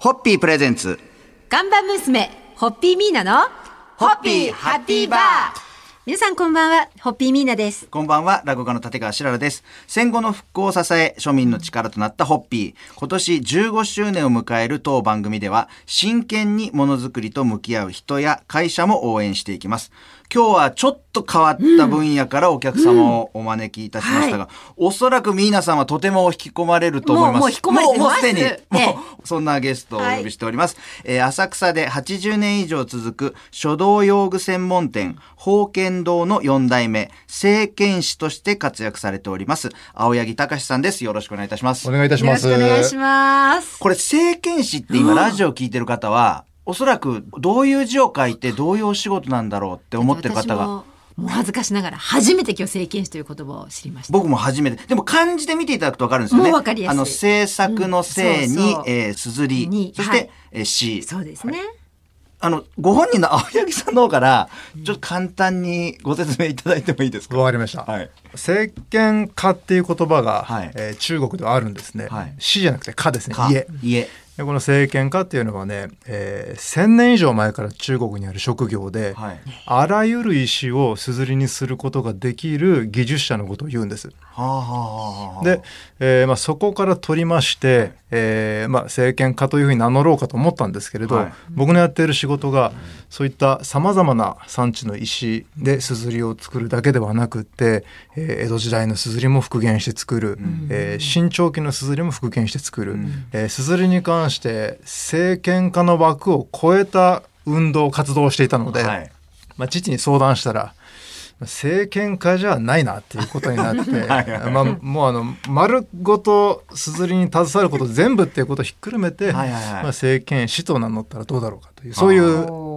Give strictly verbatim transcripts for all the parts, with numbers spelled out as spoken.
ホッピープレゼンツ看板娘ホッピーミーナのホッピーハッピーバー。 皆さんこんばんは、ホッピーミーナです。 こんばんは、落語家の立川しららです。戦後の復興を支え庶民の力となったホッピー、今年じゅうごしゅうねんを迎える当番組では真剣にものづくりと向き合う人や会社も応援していきます。今日はちょっと変わった分野からお客様をお招きいたしましたが、うんうん、おそらくミーナさんはとても引き込まれると思います。 もう、もう引き込まれてます。 もう、もうすでに、 ね、 もうそんなゲストをお呼びしております、はい。えー、浅草ではちじゅうねん以上続く書道用具専門店宝剣堂のよんだいめ聖剣士として活躍されております青柳隆さんです。よろしくお願いいたします。 お願いいたします。 よろしくお願いします。 これ聖剣士って今ラジオ聞いてる方は、おそらくどういう字を書いてどういうお仕事なんだろうって思ってる方が、 もう恥ずかしながら初めて今日聖剣士という言葉を知りました。 僕も初めて。でも漢字で見ていただくと分かるんですよね。 もう分かりやすい。 あの制作の聖に、うん、そうそう、えー、硯に、そして、はい、えー、詩。 そうですね。はい、 あのご本人の青柳さんの方からちょっと簡単にご説明いただいてもいいですか。 わかりました。はい、聖剣家っていう言葉が、はい、えー、中国ではあるんですね。はい、詩じゃなくて家ですね。家。 家。 でこの聖剣家っていうのはね、えー、せんねん以上前から中国にある職業で、はい、あらゆる石を硯にすることができる技術者のことを言うんです。はあはあ、で、えーまあ、そこから取りまして、えーまあ、聖剣家というふうに名乗ろうかと思ったんですけれど、はい、僕のやっている仕事が、うん、そういったさまざまな産地の石で硯を作るだけではなくって、えー、江戸時代の硯も復元して作る、うん、えー、新長期の硯も復元して作る、うん、えー、硯に関して聖剣家の枠を超えた運動活動をしていたので、はい、まあ、父に相談したら聖剣家じゃないなっていうことになってはいはい、まあ、もうあの丸ごと硯に携わること全部っていうことをひっくるめて、はいはいはい、まあ、聖剣士と名乗ったらどうだろうかという、そういう、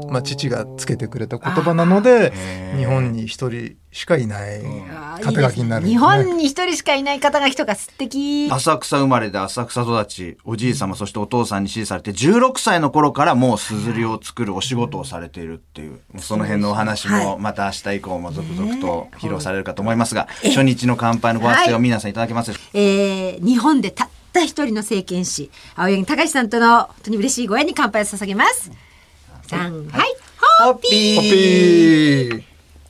まあ、父がつけてくれた言葉なので日本に一人しかいない肩書きになる、ね、 日本に一人しかいない肩書きとか素敵。 浅草生まれで浅草育ち、おじい様そしてお父さんに支持されてじゅうろくさいの頃からもう硯を作るお仕事をされているっていう、その辺のお話もまた明日以降も続々と披露されるかと思いますが、初日の乾杯のご発声を皆さんいただけますでしょうか。 はい、えー、日本でたった一人の聖剣士青柳隆さんとの本当に嬉しいご縁に乾杯を捧げます。さん、はい、ホッピーホッピー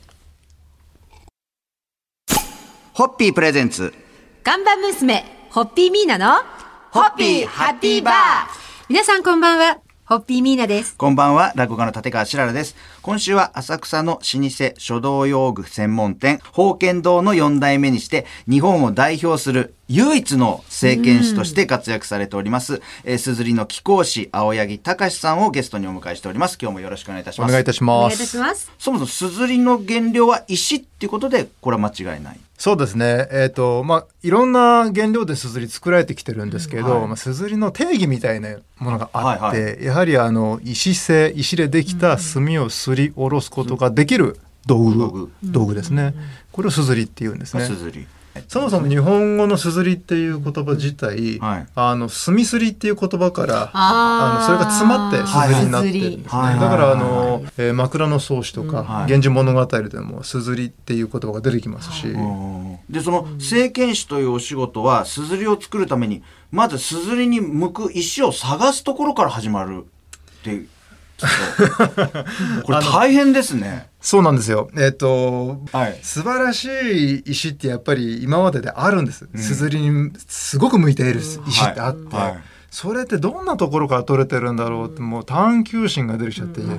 ホッピープレゼンツ看板娘ホッピーミーナのホッピーハッピーバー。 皆さんこんばんは、ホッピーミーナです。 こんばんは、落語家の立川しららです。今週は浅草の老舗書道用具専門店宝剣堂のよんだいめにして日本を代表する唯一の聖剣士として活躍されております、えー、硯の貴公子青柳隆さんをゲストにお迎えしております。今日もよろしくお願いいたします。 お願いいたします。 お願いいたします。 そもそも硯の原料は石っていうことでこれは間違いない。 そうですね、えーとまあ、いろんな原料で硯作られてきてるんですけど、うん、はい、まあ、硯の定義みたいなものがあって、はいはい、やはりあの石製石でできた炭をすりおろすことができる道具、うん、道具ですね、うん、これを硯っていうんですね。 硯、 そもそも日本語の硯っていう言葉自体、はい、あの墨すりっていう言葉からあのそれが詰まって硯になってるんですね、はいはい、だからあの、えー、枕草子とか、はい、源氏物語でも硯っていう言葉が出てきますし、 でその聖剣士というお仕事は硯を作るためにまず硯に向く石を探すところから始まるっていうこれ大変ですね。 そうなんですよ、えーとはい、素晴らしい石ってやっぱり今までであるんです。硯、うん、にすごく向いている石ってあって、はいはい、それってどんなところから取れてるんだろうって、もう探求心が出てきちゃって、うん、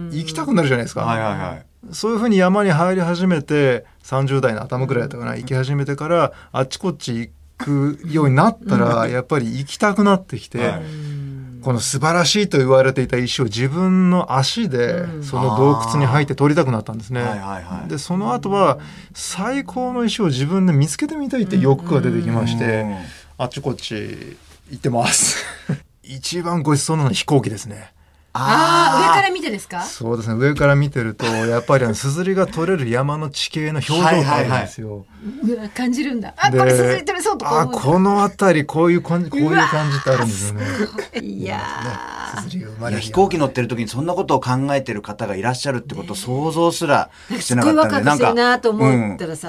行きたくなるじゃないですか、はいはいはい、そういうふうに山に入り始めてさんじゅう代の頭くらいだったかな、行き始めてからあっちこっち行くようになったら、やっぱり行きたくなってきて、はい、この素晴らしいと言われていた石を自分の足でその洞窟に入って取りたくなったんですね、はいはいはい、でその後は最高の石を自分で見つけてみたいって欲が出てきまして、あっちこっち行ってます一番ごちそうなのは飛行機ですね。 ああ、上から見てですか。 そうですね、上から見てるとやっぱり硯が取れる山の地形の表情があるんですよ、はいはいはい、 感じるんだ。あ、これ硯取れそうとか思う。 あ、この辺りこういうこういう感じってあるんですよね。 いやー、いや飛行機乗ってる時にそんなことを考えてる方がいらっしゃるってことを想像すらしてなかったんで、 すごい若くしてるなと思ったらさ、うん、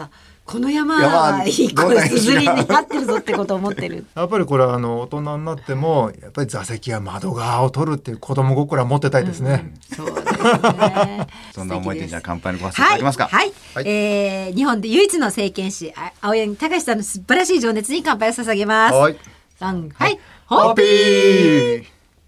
この山はいいこれすずりになってるぞってことを思ってる。 やっぱりこれはあの大人になってもやっぱり座席や窓側を取るっていう子供心は持ってたいですね。 うん、そうですね。 そんな思いでじゃあ乾杯のご発声いただけますか。 はい、はいはい、えー、日本で唯一の政権士青柳隆さんの素晴らしい情熱に乾杯を捧げます。 はい。 さんはい。 ホッピー。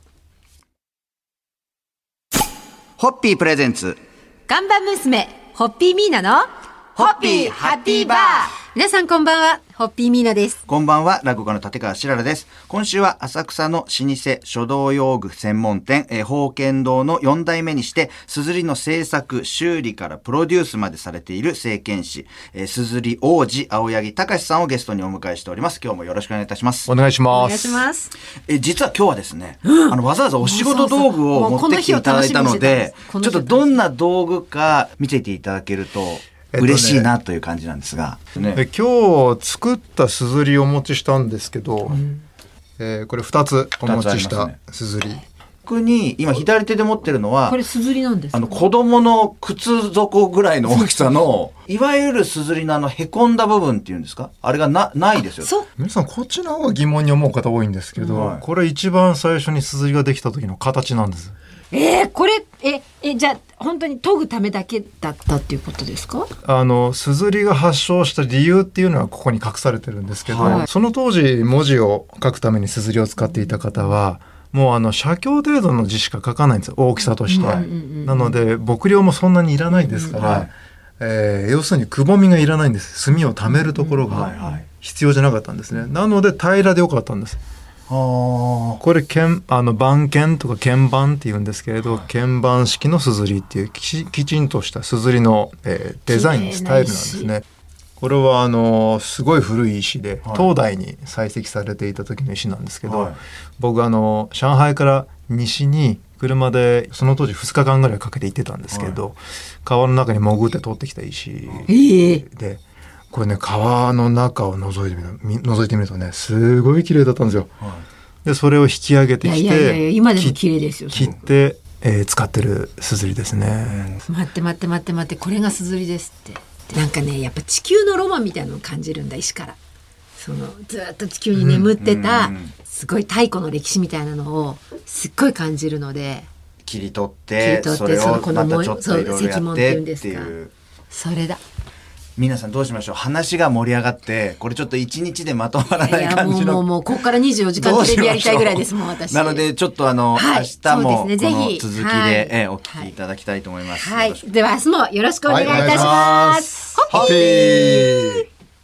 ホッピープレゼンツ。 看板娘ホッピーミーナのホッピーハッピーバー。皆さんこんばんは、ホッピーミーナです。 こんばんは、落語家の立川しららです。今週は浅草の老舗書道用具専門店、えー、宝剣堂のよん代目にして、すずりの制作、修理からプロデュースまでされている政権士、えー、すずり王子青柳隆さんをゲストにお迎えしております。今日もよろしくお願いいたします。 お願いします。 お願いします。 えー、実は今日はですね、うん、あのわざわざお仕事道具を持ってきていただいたので、ちょっとどんな道具か見せていただけると、嬉しいなという感じなんですが、 ねね、今日作ったすずりをお持ちしたんですけど、うん、えー、これふたつお持ちしたすずり、 僕に今左手で持ってるのはこれすずりなんですか。 あの子供の靴底ぐらいの大きさのいわゆるすずりのあのへこんだ部分っていうんですか、あれが な, ないですよ。 皆さんこっちの方が疑問に思う方多いんですけど、うん、はい、これ一番最初にすずりができた時の形なんです。 えー、これええじゃあ本当に研ぐためだけだったっていうことですか。 あのすずりが発祥した理由っていうのはここに隠されてるんですけど、はい、その当時文字を書くためにすずりを使っていた方はもうあの写経程度の字しか書かないんですよ、大きさとして、はい、なので墨量もそんなにいらないですから、はい、えー、要するにくぼみがいらないんです。墨を溜めるところが必要じゃなかったんですね。なので平らでよかったんです。これ剣あの板剣とか鍵盤って言うんですけれど、はい、鍵盤式のすずりっていうきち、きちんとしたすずりの、えー、デザインスタイルなんですね。これはあのすごい古い石で、はい、東大に採石されていた時の石なんですけど、はい、僕あの上海から西に車でその当時ふつかかんぐらいかけて行ってたんですけど、はい、川の中に潜って通ってきた石で、えーこれね、川の中を覗いてみる覗いてみるとね、すごい綺麗だったんですよ、はい、でそれを引き上げてきて、 いやいやいや今でも綺麗ですよ、 切って、えー、使ってるすずりですね。 待って待って待って待って、これがすずりですって。なんかねやっぱ地球のロマンみたいなのを感じるんだ。石からそのずっと地球に眠ってたすごい太古の歴史みたいなのをすっごい感じるので、 切り取って切り取ってそれをまたちょっといろいろやってっていう、 それだ。 皆さんどうしましょう。話が盛り上がってこれちょっと一日でまとまらない感じの、いやもうもうもうここからにじゅうよじかんテレビやりたいぐらいですもん私。 なのでちょっとあの、はい、明日もこの続きで、 はい、 えお聞きいただきたいと思います。 はい、はい、では明日もよろしくお願いいたします。 ホッピー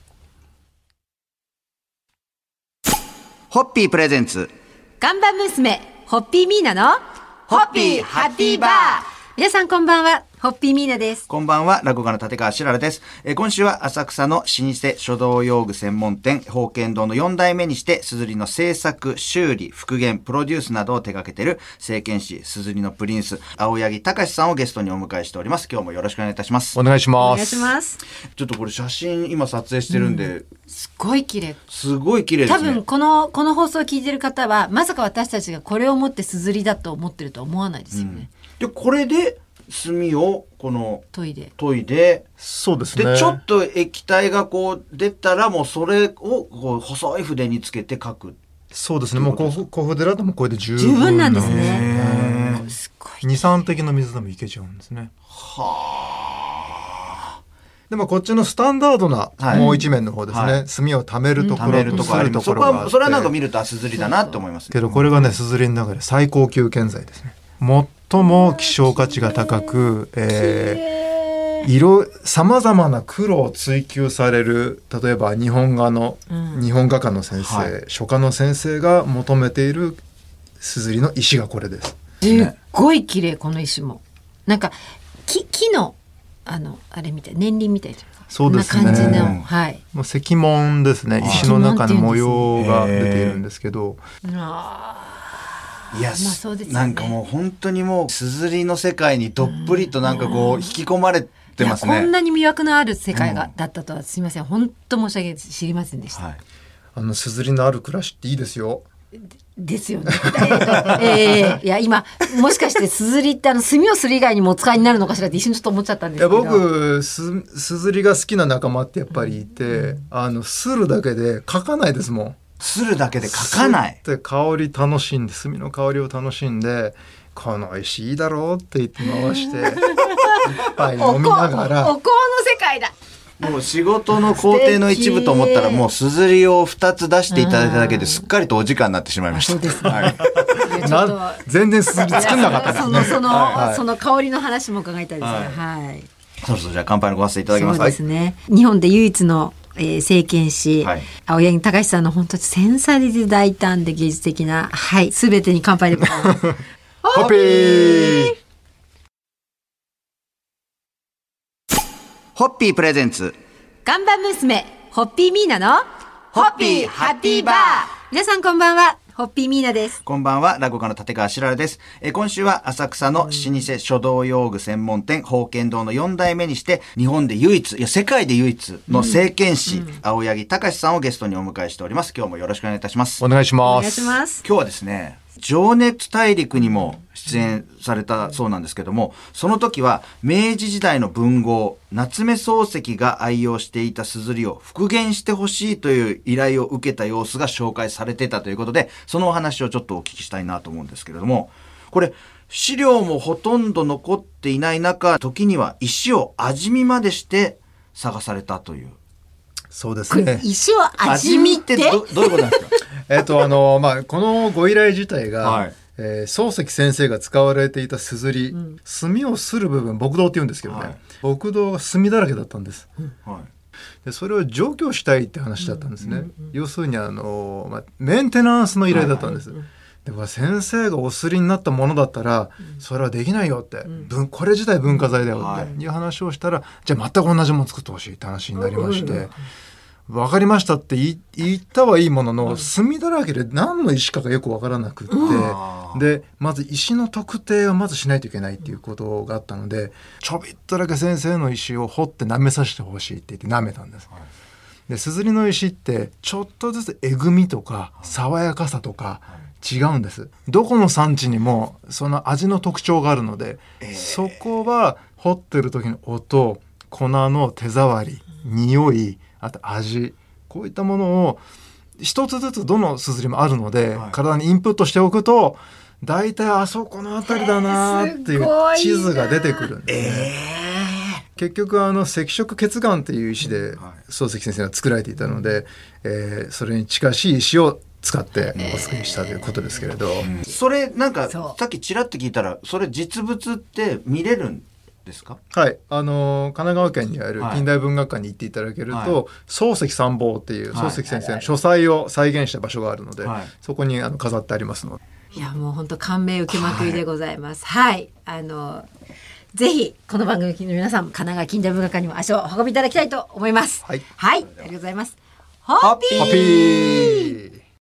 ホッピープレゼンツ看板娘ホッピーミーナのホッピーハッピーバー。皆さんこんばんは、ホッピーミーナです。 こんばんは、落語家の立川しららです。えー、今週は浅草の老舗書道用具専門店宝剣堂のよん代目にしてすずりの制作、修理、復元、プロデュースなどを手掛けている政権士すずりのプリンス青柳隆さんをゲストにお迎えしております。今日もよろしくお願いいたします。 お願いします。 お願いします。 ちょっとこれ写真今撮影してるんで、うん、 すごい綺麗。 すごい綺麗ですね。 多分このこの放送を聞いてる方はまさか私たちがこれを持ってすずりだと思ってるとは思わないですよね。 うん、でこれで墨をこの研いで研いで、 そうですね。 でちょっと液体がこう出たらもうそれをこう細い筆につけて書く。 そうですね。もう小筆だともこれで十分十分なんですね。すごい。 に、さん滴の水でもいけちゃうんですね。 はあ。 でもこっちのスタンダードなもう一面の方ですね。はい、墨を溜めるところ、 うん、ところそこはそれはなんか見るとすずりだなって思います、ね。 けどこれがねすずりの中で最高級建材ですね。最も希少価値が高く、えー、色さまざまな黒を追求される、例えば日本画の、うん、日本画家の先生、はい、書家の先生が求めているすずりの石がこれです。 すっごい綺麗。この石もなんか 木, 木のあのあれみたい、年輪みたいというか、 そうですね、 こんな感じの、はい、 もう石紋ですね。石の中に模様が出ているんですけど、 あいや、まあそうですね、なんかもう本当にもうすずりの世界にどっぷりとなんかこう引き込まれてますね。 こんなに魅惑のある世界が、うん、だったとはすみません、本当申し訳知りませんでした。はい、 あのすずりのある暮らしっていいですよ。 ですよね。えー、いや今もしかしてすずりってあの墨をする以外にもお使いになるのかしらって一瞬ちょっと思っちゃったんですけど。 いや僕すすずりが好きな仲間ってやっぱりいて、うん、あのするだけで書かないですもん。 するだけで書かない。 で香り楽しんで墨の香りを楽しんでこの石いいだろうって言って回して一杯飲みながらお香の世界だ。 もう仕事の工程の一部と思ったらもうすずりをふたつ出していただいただけですっかりとお時間になってしまいました。 そうですね、はい、 な全然すずり作んなかったですね。 そのその、はい、その香りの話も伺いたいですね。はい、はい、 そろそろじゃあ乾杯のご発声いただきます。 そうですね、日本で唯一のえー、政権史、はい、青柳隆さんの本当に繊細で大胆で芸術的な、はい、すべてに乾杯でございます。 ホッピーホッピープレゼンツ看板娘ホッピーミーナのホッピーハッピーバー。 皆さんこんばんは、ホッピーミーナです。 こんばんは、落語家の立川しららです。え今週は浅草の老舗書道用具専門店宝剣堂のよん代目にして日本で唯一いや世界で唯一の政権師、うんうん、青柳隆さんをゲストにお迎えしております。今日もよろしくお願いいたします。 お願いします。 お願いします。 今日はですね、情熱大陸にも出演されたそうなんですけども、その時は明治時代の文豪夏目漱石が愛用していた硯を復元してほしいという依頼を受けた様子が紹介されてたということで、そのお話をちょっとお聞きしたいなと思うんですけれども、これ資料もほとんど残っていない中、時には石を味見までして探されたという。 そうですね。 石を味見ってど, どういうことなんですか？ えっとあのまあこのご依頼自体が、はい、えー、漱石先生が使われていた硯、うん、墨をする部分木刀って言うんですけどね、はい、木刀が墨だらけだったんです、うん、はい、でそれを除去したいって話だったんですね、うんうんうん、要するにあの、まあ、メンテナンスの依頼だったんです、はいはい、で先生がおすりになったものだったら、うん、それはできないよって、うん、これ自体文化財だよっていう話をしたら、はい、じゃあ全く同じもの作ってほしいって話になりまして、うんうんうん、分かりましたって言ったはいいものの、うん、墨だらけで何の石かがよく分からなくって、うん、でまず石の特定をまずしないといけないっていうことがあったので、ちょびっとだけ先生の石を掘って舐めさせてほしいって言って舐めたんです、はい、で硯の石ってちょっとずつえぐみとか爽やかさとか違うんです。どこの産地にもその味の特徴があるので、えー、そこは掘ってる時の音、粉の手触り、匂い、あと味、こういったものを一つずつどの硯もあるので、はい、体にインプットしておくとだいたいあそこのあたりだなっていう地図が出てくるんですね、えー、結局あの赤色血岩っていう石で漱石先生が作られていたので、えー、それに近しい石を使ってお作りしたということですけれど、 えー、それなんかさっきちらっと聞いたらそれ実物って見れるんですか？ はい、あの神奈川県にある近代文学館に行っていただけると、はい、漱石参謀っていう漱石先生の書斎を再現した場所があるので、はい、そこにあの飾ってありますので、 いやもう本当感銘受けまくりでございます。はい、はい、あのぜひこの番組の皆さんも神奈川近代文学館にも足をお運びいただきたいと思います。はい、はい、ありがとうございます。ホッピー。 ホッピー